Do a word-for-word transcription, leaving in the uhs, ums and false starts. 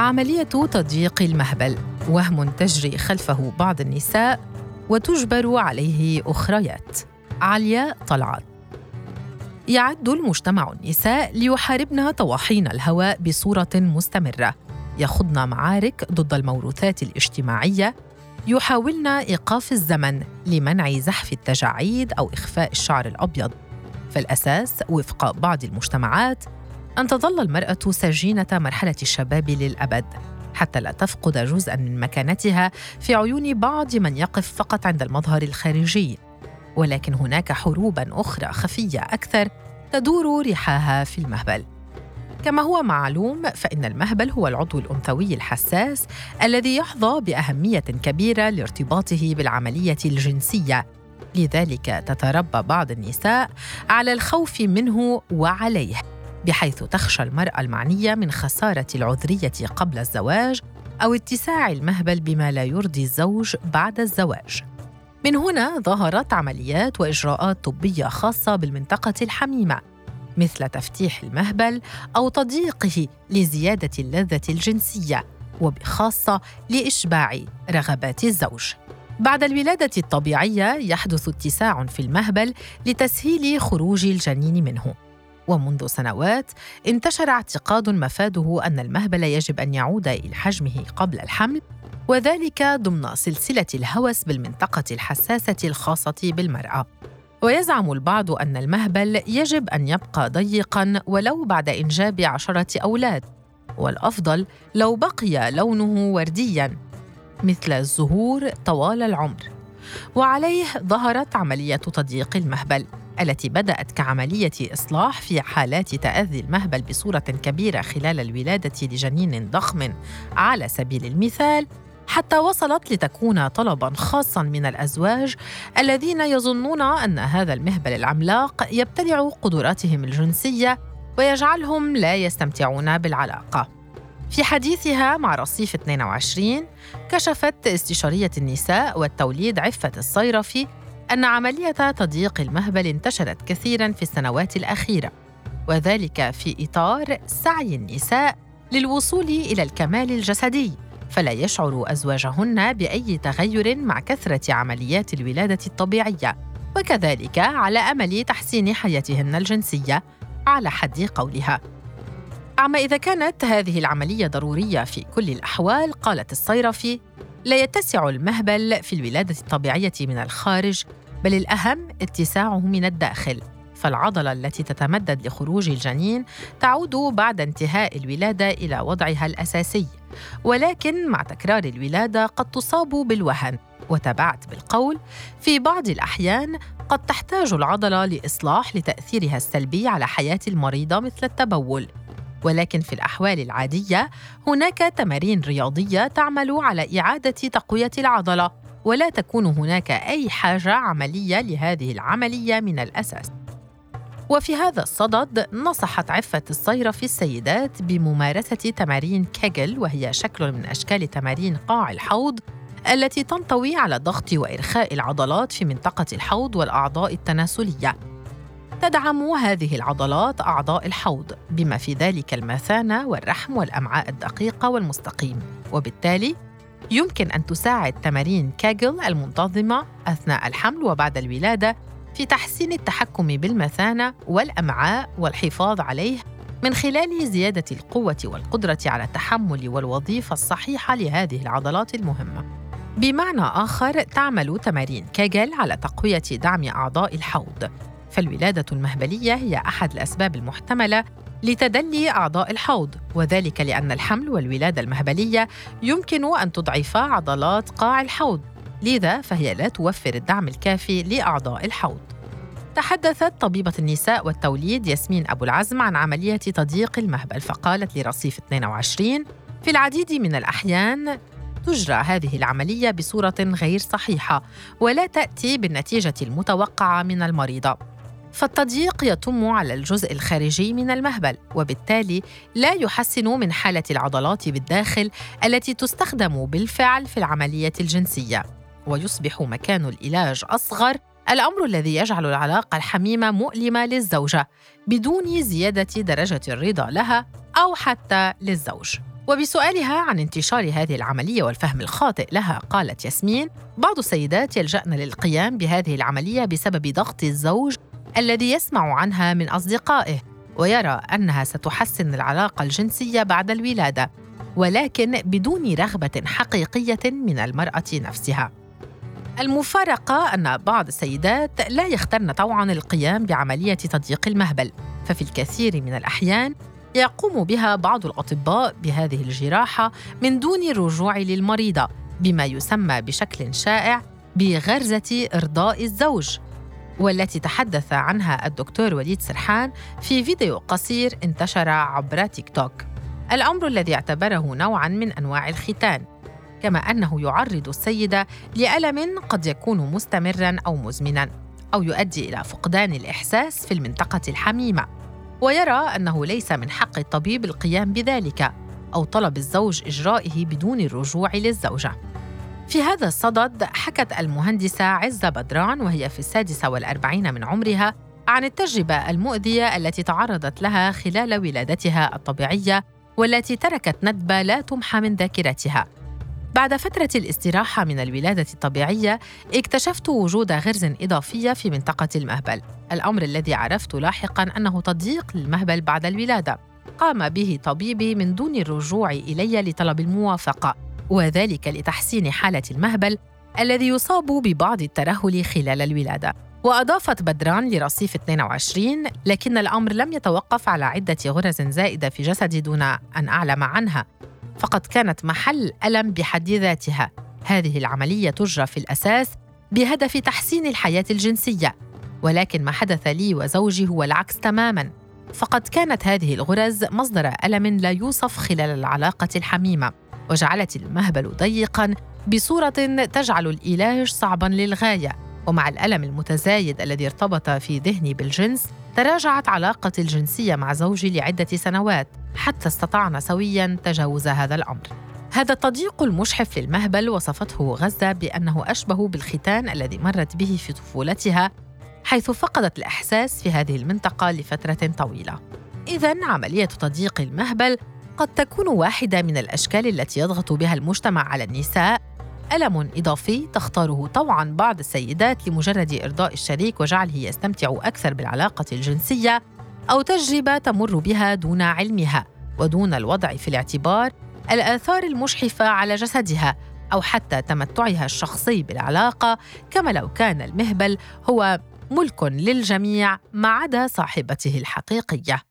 عملية تضييق المهبل وهم تجري خلفه بعض النساء وتجبر عليه أخريات. علياء طلعت. يعد المجتمع النساء ليحاربن طواحين الهواء بصورة مستمرة، يخضن معارك ضد الموروثات الاجتماعية، يحاولن إيقاف الزمن لمنع زحف التجاعيد أو إخفاء الشعر الأبيض. فالأساس وفق بعض المجتمعات أن تظل المرأة سجينة مرحلة الشباب للأبد حتى لا تفقد جزءاً من مكانتها في عيون بعض من يقف فقط عند المظهر الخارجي. ولكن هناك حروباً أخرى خفية أكثر تدور رحاها في المهبل. كما هو معلوم فإن المهبل هو العضو الأنثوي الحساس الذي يحظى بأهمية كبيرة لارتباطه بالعملية الجنسية، لذلك تتربى بعض النساء على الخوف منه وعليه، بحيث تخشى المرأة المعنية من خسارة العذرية قبل الزواج أو اتساع المهبل بما لا يرضي الزوج بعد الزواج. من هنا ظهرت عمليات وإجراءات طبية خاصة بالمنطقة الحميمة، مثل تفتيح المهبل أو تضييقه لزيادة اللذة الجنسية، وبخاصة لإشباع رغبات الزوج. بعد الولادة الطبيعية يحدث اتساع في المهبل لتسهيل خروج الجنين منه. ومنذ سنوات انتشر اعتقاد مفاده أن المهبل يجب أن يعود إلى حجمه قبل الحمل، وذلك ضمن سلسلة الهوس بالمنطقة الحساسة الخاصة بالمرأة. ويزعم البعض أن المهبل يجب أن يبقى ضيقاً ولو بعد إنجاب عشرة أولاد، والأفضل لو بقي لونه وردياً مثل الزهور طوال العمر. وعليه ظهرت عملية تضييق المهبل التي بدأت كعملية إصلاح في حالات تأذي المهبل بصورة كبيرة خلال الولادة لجنين ضخم على سبيل المثال، حتى وصلت لتكون طلباً خاصاً من الأزواج الذين يظنون أن هذا المهبل العملاق يبتلع قدراتهم الجنسية ويجعلهم لا يستمتعون بالعلاقة. في حديثها مع رصيف اثنين وعشرين كشفت استشارية النساء والتوليد عفة الصيرفي أن عملية تضييق المهبل انتشرت كثيراً في السنوات الأخيرة، وذلك في إطار سعي النساء للوصول إلى الكمال الجسدي، فلا يشعر أزواجهن بأي تغير مع كثرة عمليات الولادة الطبيعية، وكذلك على أمل تحسين حياتهن الجنسية على حد قولها. أما إذا كانت هذه العملية ضرورية في كل الأحوال، قالت الصيرفي، لا يتسع المهبل في الولادة الطبيعية من الخارج، بل الأهم اتساعه من الداخل، فالعضلة التي تتمدد لخروج الجنين تعود بعد انتهاء الولادة إلى وضعها الأساسي، ولكن مع تكرار الولادة قد تصاب بالوهن. وتبعت بالقول، في بعض الأحيان قد تحتاج العضلة لإصلاح لتأثيرها السلبي على حياة المريضة مثل التبول، ولكن في الأحوال العادية هناك تمارين رياضية تعمل على إعادة تقوية العضلة، ولا تكون هناك أي حاجة عملية لهذه العملية من الأساس. وفي هذا الصدد نصحت عفة الصيرفي السيدات بممارسة تمارين كيغل، وهي شكل من أشكال تمارين قاع الحوض التي تنطوي على ضغط وإرخاء العضلات في منطقة الحوض والأعضاء التناسلية. تدعم هذه العضلات أعضاء الحوض بما في ذلك المثانة والرحم والأمعاء الدقيقة والمستقيم، وبالتالي يمكن أن تساعد تمارين كيغل المنتظمة أثناء الحمل وبعد الولادة في تحسين التحكم بالمثانة والأمعاء والحفاظ عليه من خلال زيادة القوة والقدرة على التحمل والوظيفة الصحيحة لهذه العضلات المهمة. بمعنى آخر، تعمل تمارين كيغل على تقوية دعم أعضاء الحوض، فالولادة المهبلية هي أحد الأسباب المحتملة لتدلي أعضاء الحوض، وذلك لأن الحمل والولادة المهبلية يمكن أن تضعف عضلات قاع الحوض، لذا فهي لا توفر الدعم الكافي لأعضاء الحوض. تحدثت طبيبة النساء والتوليد ياسمين أبو العزم عن عملية تضييق المهبل، فقالت لرصيف اثنين وعشرين: في العديد من الأحيان تجرى هذه العملية بصورة غير صحيحة ولا تأتي بالنتيجة المتوقعة من المريضة، فالتضييق يتم على الجزء الخارجي من المهبل، وبالتالي لا يحسن من حالة العضلات بالداخل التي تستخدم بالفعل في العملية الجنسية، ويصبح مكان العلاج أصغر، الأمر الذي يجعل العلاقة الحميمة مؤلمة للزوجة بدون زيادة درجة الرضا لها أو حتى للزوج. وبسؤالها عن انتشار هذه العملية والفهم الخاطئ لها قالت ياسمين: بعض السيدات يلجأن للقيام بهذه العملية بسبب ضغط الزوج الذي يسمع عنها من أصدقائه ويرى أنها ستحسن العلاقة الجنسية بعد الولادة، ولكن بدون رغبة حقيقية من المرأة نفسها. المفارقة أن بعض السيدات لا يخترن طوعاً القيام بعملية تضييق المهبل، ففي الكثير من الأحيان يقوم بها بعض الأطباء بهذه الجراحة من دون الرجوع للمريضة، بما يسمى بشكل شائع بغرزة إرضاء الزوج، والتي تحدث عنها الدكتور وليد سرحان في فيديو قصير انتشر عبر تيك توك، الأمر الذي اعتبره نوعاً من أنواع الختان، كما أنه يعرض السيدة لألم قد يكون مستمراً أو مزمناً، أو يؤدي إلى فقدان الإحساس في المنطقة الحميمة، ويرى أنه ليس من حق الطبيب القيام بذلك أو طلب الزوج إجرائه بدون الرجوع للزوجة. في هذا الصدد حكت المهندسة عزة بدران وهي في السادسة والأربعين من عمرها عن التجربة المؤذية التي تعرضت لها خلال ولادتها الطبيعية، والتي تركت ندبة لا تمحى من ذاكرتها. بعد فترة الاستراحة من الولادة الطبيعية اكتشفت وجود غرز إضافية في منطقة المهبل، الأمر الذي عرفت لاحقاً أنه تضييق للمهبل بعد الولادة قام به طبيبي من دون الرجوع إلي لطلب الموافقة، وذلك لتحسين حالة المهبل الذي يصاب ببعض الترهل خلال الولادة. وأضافت بدران لرصيف اثنين وعشرين: لكن الأمر لم يتوقف على عدة غرز زائدة في جسدي دون أن أعلم عنها، فقد كانت محل ألم بحد ذاتها. هذه العملية تجرى في الأساس بهدف تحسين الحياة الجنسية، ولكن ما حدث لي وزوجي هو العكس تماماً، فقد كانت هذه الغرز مصدر ألم لا يوصف خلال العلاقة الحميمة، وجعلت المهبل ضيقاً بصورة تجعل العلاج صعباً للغاية. ومع الألم المتزايد الذي ارتبط في ذهني بالجنس، تراجعت علاقتي الجنسية مع زوجي لعدة سنوات حتى استطعنا سوياً تجاوز هذا الأمر. هذا التضييق المجحف للمهبل وصفته غزة بأنه أشبه بالختان الذي مرت به في طفولتها، حيث فقدت الإحساس في هذه المنطقة لفترة طويلة. إذن عملية تضييق المهبل قد تكون واحدة من الأشكال التي يضغط بها المجتمع على النساء، ألم إضافي تختاره طوعاً بعض السيدات لمجرد إرضاء الشريك وجعله يستمتع أكثر بالعلاقة الجنسية، أو تجربة تمر بها دون علمها ودون الوضع في الاعتبار الآثار المجحفة على جسدها، أو حتى تمتعها الشخصي بالعلاقة، كما لو كان المهبل هو ملك للجميع ما عدا صاحبته الحقيقية.